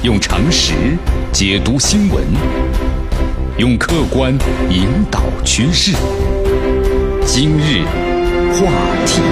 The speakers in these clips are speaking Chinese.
用常识解读新闻，用客观引导趋势。今日话题。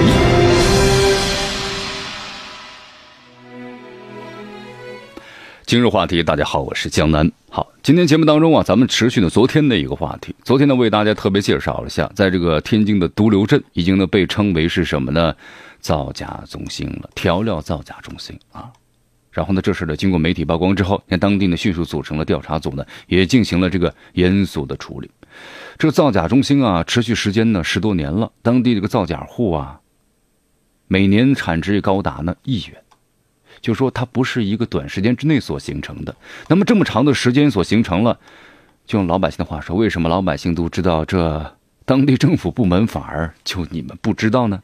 今日话题，大家好，我是江南。好，今天节目当中啊，咱们持续的昨天的一个话题。昨天呢，为大家特别介绍了一下，在这个天津的独流镇，已经呢被称为是什么呢？造假中心了，调料造假中心啊。然后呢，这事呢经过媒体曝光之后，当地呢迅速组成了调查组呢，也进行了这个严肃的处理。这个造假中心啊，持续时间呢10多年了，当地这个造假户啊，每年产值也高达呢1亿元。就说它不是一个短时间之内所形成的，那么这么长的时间所形成了，就用老百姓的话说，为什么老百姓都知道，这当地政府部门反而就你们不知道呢？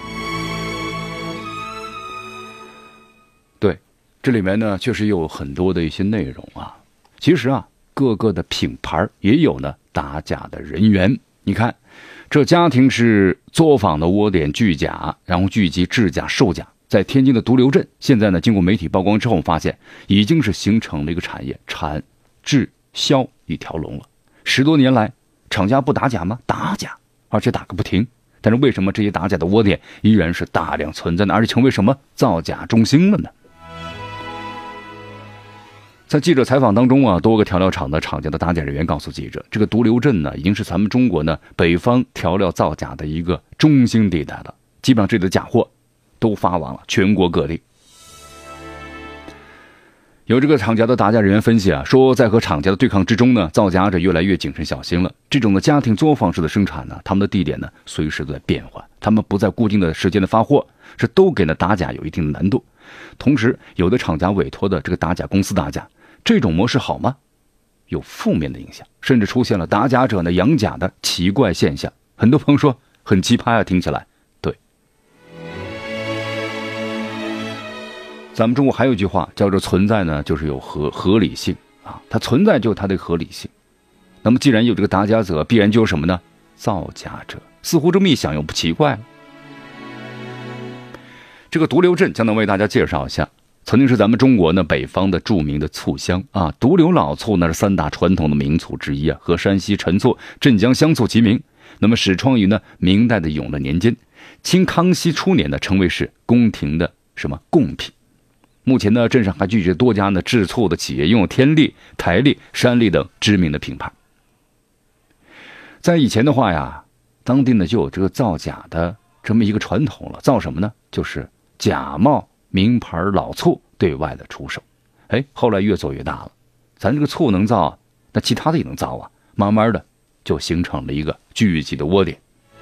对，这里面呢确实有很多的一些内容啊。其实啊，各个的品牌也有呢打假的人员。你看，这家庭是作坊的窝点聚假，然后聚集制假售假。在天津的独流镇，现在呢，经过媒体曝光之后，我们发现已经是形成了一个产业，产制销一条龙了。10多年来，厂家不打假吗？打假，而且打个不停。但是为什么这些打假的窝点依然是大量存在的，而且成为什么造假中心了呢？在记者采访当中啊，多个调料厂的厂家的打假人员告诉记者，这个独流镇呢，已经是咱们中国呢北方调料造假的一个中心地带了。基本上这里的假货都发往了全国各地。有这个厂家的打假人员分析啊，说在和厂家的对抗之中呢，造假者越来越谨慎小心了。这种的家庭作坊式的生产呢，他们的地点呢随时都在变换，他们不在固定的时间的发货，这都给呢打假有一定的难度。同时，有的厂家委托的这个打假公司打假，这种模式好吗？有负面的影响，甚至出现了打假者呢养假的奇怪现象。很多朋友说很奇葩啊，听起来。咱们中国还有一句话叫做存在呢就是有合理性啊，它存在就有它的合理性。那么既然有这个打假者，必然就有什么呢？造假者。似乎这么一想又不奇怪了。这个独流镇将能为大家介绍一下，曾经是咱们中国呢北方的著名的醋乡啊。独流老醋那是3大传统的名醋之一啊，和山西陈醋、镇江香醋齐名。那么始创于呢明代的永乐年间，清康熙初年呢成为是宫廷的什么贡品。目前呢，镇上还聚集多家呢制醋的企业，拥有天利、台利、山利等知名的品牌。在以前的话呀，当地呢就有这个造假的这么一个传统了。造什么呢？就是假冒名牌老醋对外的出售。后来越做越大了，咱这个醋能造，那其他的也能造啊。慢慢的就形成了一个聚集的窝点。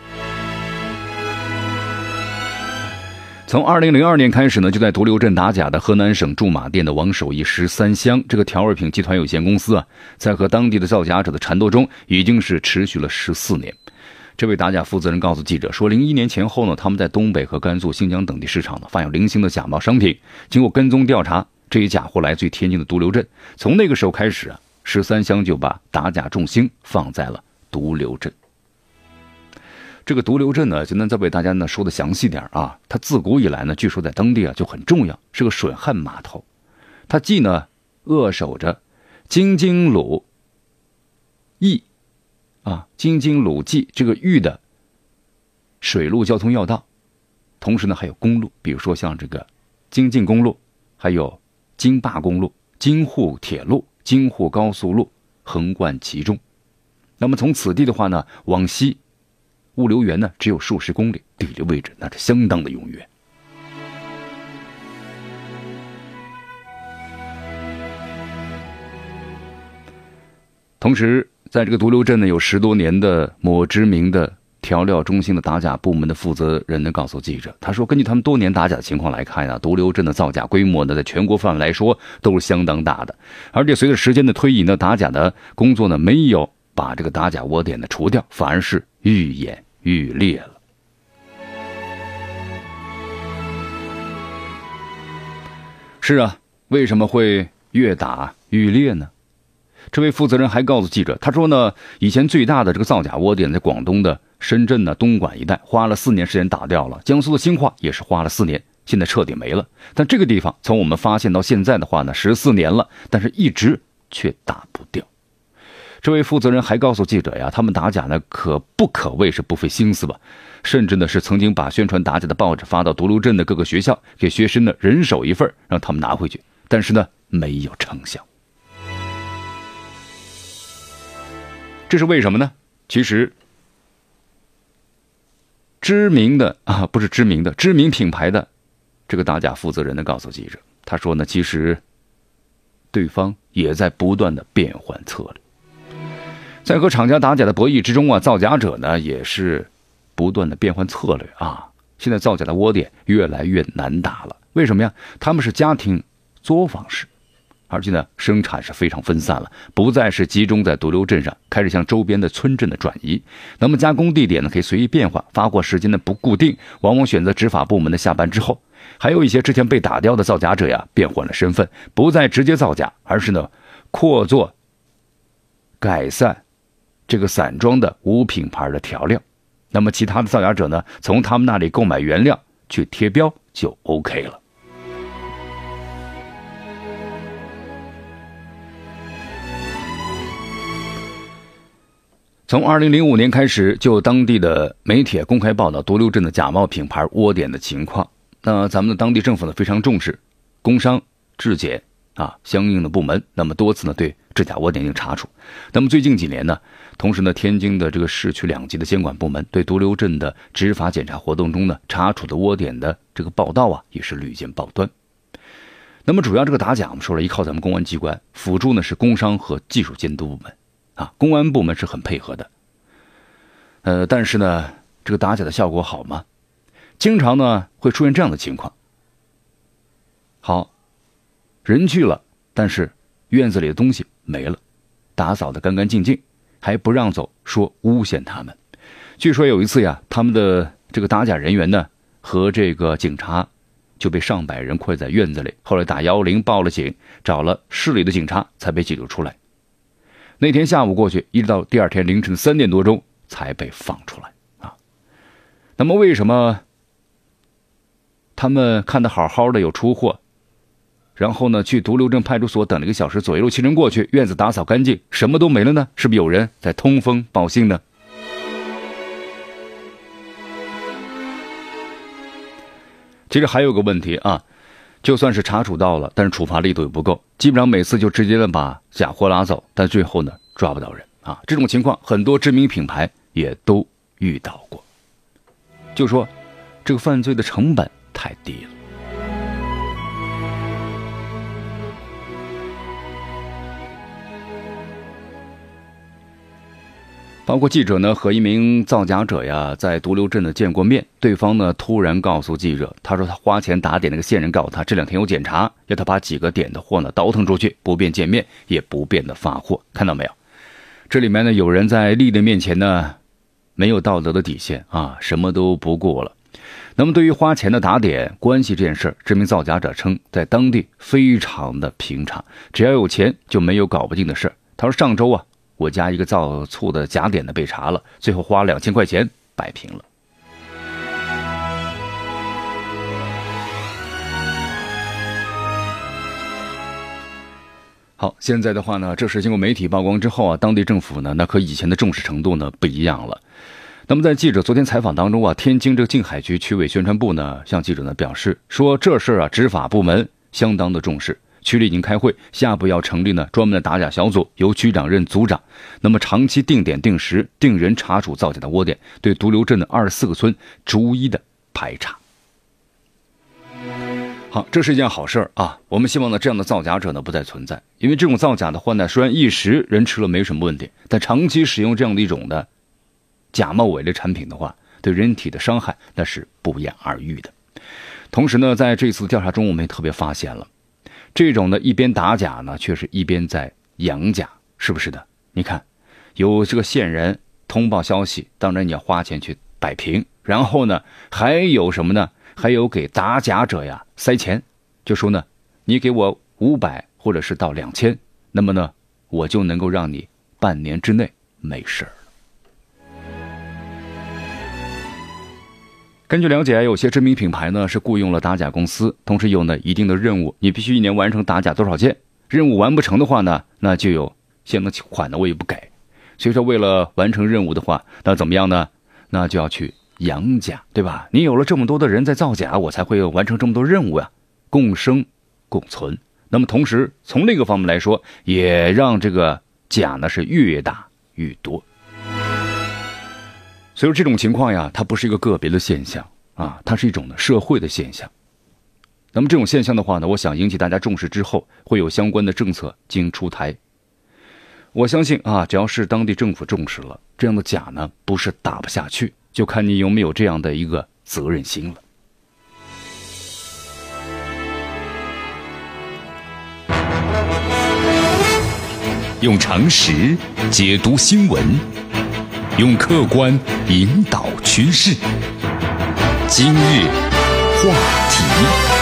从2002年开始呢，就在独流镇打假的河南省驻马店的王守义13香这个调味品集团有限公司啊，在和当地的造假者的缠斗中，已经是持续了14年。这位打假负责人告诉记者说，01年前后呢，他们在东北和甘肃、新疆等地市场呢，发现零星的假冒商品。经过跟踪调查，这些假货来自于天津的独流镇。从那个时候开始啊，13香就把打假重心放在了独流镇。这个独流镇呢，就能再为大家呢说的详细点啊。它自古以来呢，据说在当地啊就很重要，是个水旱码头。它既呢扼守着京津鲁冀京津鲁冀这个豫的水陆交通要道，同时呢还有公路，比如说像这个京晋公路，还有京霸公路、京沪铁路、京沪高速路横贯其中。那么从此地的话呢，往西物流园呢只有数十公里，地理位置那是相当的臃远。同时在这个独流镇呢，有10多年的某知名的调料中心的打假部门的负责人呢告诉记者，他说根据他们多年打假的情况来看啊，独流镇的造假规模呢在全国范围来说都是相当大的，而且随着时间的推移呢，打假的工作呢没有把这个打假窝点呢除掉，反而是愈演愈烈了。是啊，为什么会越打愈烈呢？这位负责人还告诉记者，他说呢，以前最大的这个造假窝点在广东的深圳呢、东莞一带，花了4年时间打掉了；江苏的兴化也是花了4年， 现在彻底没了。但这个地方从我们发现到现在的话呢，14年了，但是一直却打不掉。这位负责人还告诉记者呀，他们打假呢可谓是不费心思吧，甚至呢是曾经把宣传打假的报纸发到独流镇的各个学校，给学生呢人手一份，让他们拿回去，但是呢没有成效。这是为什么呢？其实知名品牌的这个打假负责人呢告诉记者，他说呢，其实对方也在不断的变换策略。在和厂家打假的博弈之中啊，造假者呢也是不断的变换策略啊。现在造假的窝点越来越难打了，为什么呀？他们是家庭作坊式，而且呢生产是非常分散了，不再是集中在独流镇上，开始向周边的村镇的转移。那么加工地点呢可以随意变化，发货时间呢不固定，往往选择执法部门的下班之后。还有一些之前被打掉的造假者呀，变换了身份，不再直接造假，而是呢扩作改散这个散装的无品牌的调料。那么其他的造假者呢，从他们那里购买原料去贴标就 OK 了。从2005年开始，就有当地的媒体公开报道独流镇的假冒品牌窝点的情况。那咱们的当地政府呢非常重视工商质检相应的部门，那么多次呢对制假窝点进行查处。那么最近几年呢，同时呢天津的这个市区2级的监管部门对独流镇的执法检查活动中呢查处的窝点的这个报道也是屡见报端。那么主要这个打假我们说了，依靠咱们公安机关，辅助呢是工商和技术监督部门公安部门是很配合的。但是呢这个打假的效果好吗？经常呢会出现这样的情况，好，人去了，但是院子里的东西没了，打扫得干干净净，还不让走，说诬陷他们。据说有一次呀，他们的这个打假人员呢和这个警察就被上百人困在院子里，后来打110报了警，找了市里的警察才被解救出来。那天下午过去，一直到第二天凌晨3点多钟才被放出来那么为什么他们看得好好的有出货，然后呢去独流镇派出所等了1个小时左右，7人过去，院子打扫干净，什么都没了呢？是不是有人在通风报信呢？其实还有个问题就算是查处到了，但是处罚力度也不够，基本上每次就直接的把假货拉走，但最后呢抓不到人这种情况很多知名品牌也都遇到过，就说这个犯罪的成本太低了。包括记者呢和一名造假者呀在独流镇的见过面，对方呢突然告诉记者，他说他花钱打点那个线人告诉他这2天有检查，要他把几个点的货呢倒腾出去，不便见面也不便的发货。看到没有，这里面呢有人在利的面前呢没有道德的底线什么都不顾了。那么对于花钱的打点关系这件事，这名造假者称在当地非常的平常，只要有钱就没有搞不定的事。他说上周我家一个造醋的假点呢被查了，最后花2000块钱摆平了。好，现在的话呢，这是经过媒体曝光之后当地政府呢那和以前的重视程度呢不一样了。那么在记者昨天采访当中天津这个静海区区委宣传部呢向记者呢表示说，这事执法部门相当的重视，区里已经开会，下步要成立呢专门的打假小组，由区长任组长，那么长期定点定时定人查处造假的窝点，对独流镇的24个村逐一的排查。好，这是一件好事我们希望呢这样的造假者呢不再存在，因为这种造假的话呢，虽然一时人吃了没什么问题，但长期使用这样的一种的假冒伪劣产品的话，对人体的伤害那是不言而喻的。同时呢，在这次调查中，我们也特别发现了，这种呢一边打假呢，却是一边在养假，是不是的？你看，有这个线人通报消息，当然你要花钱去摆平，然后呢，还有什么呢？还有给打假者呀塞钱，就说呢，你给我500或者是到2000，那么呢，我就能够让你半年之内没事了。 根据了解，有些知名品牌呢是雇佣了打假公司，同时有呢一定的任务，你必须1年完成打假多少件，任务完不成的话呢，那就有现能款呢我也不给。所以说为了完成任务的话，那怎么样呢？那就要去养假，对吧？你有了这么多的人在造假，我才会完成这么多任务呀，共生共存。那么同时从另一个方面来说，也让这个假呢是越打越多。所以说这种情况呀，它不是一个个别的现象啊，它是一种呢社会的现象。那么这种现象的话呢，我想引起大家重视之后，会有相关的政策进行出台。我相信啊，只要是当地政府重视了，这样的假呢不是打不下去，就看你有没有这样的一个责任心了。 用常识解读新闻，用客观引导趋势。今日话题。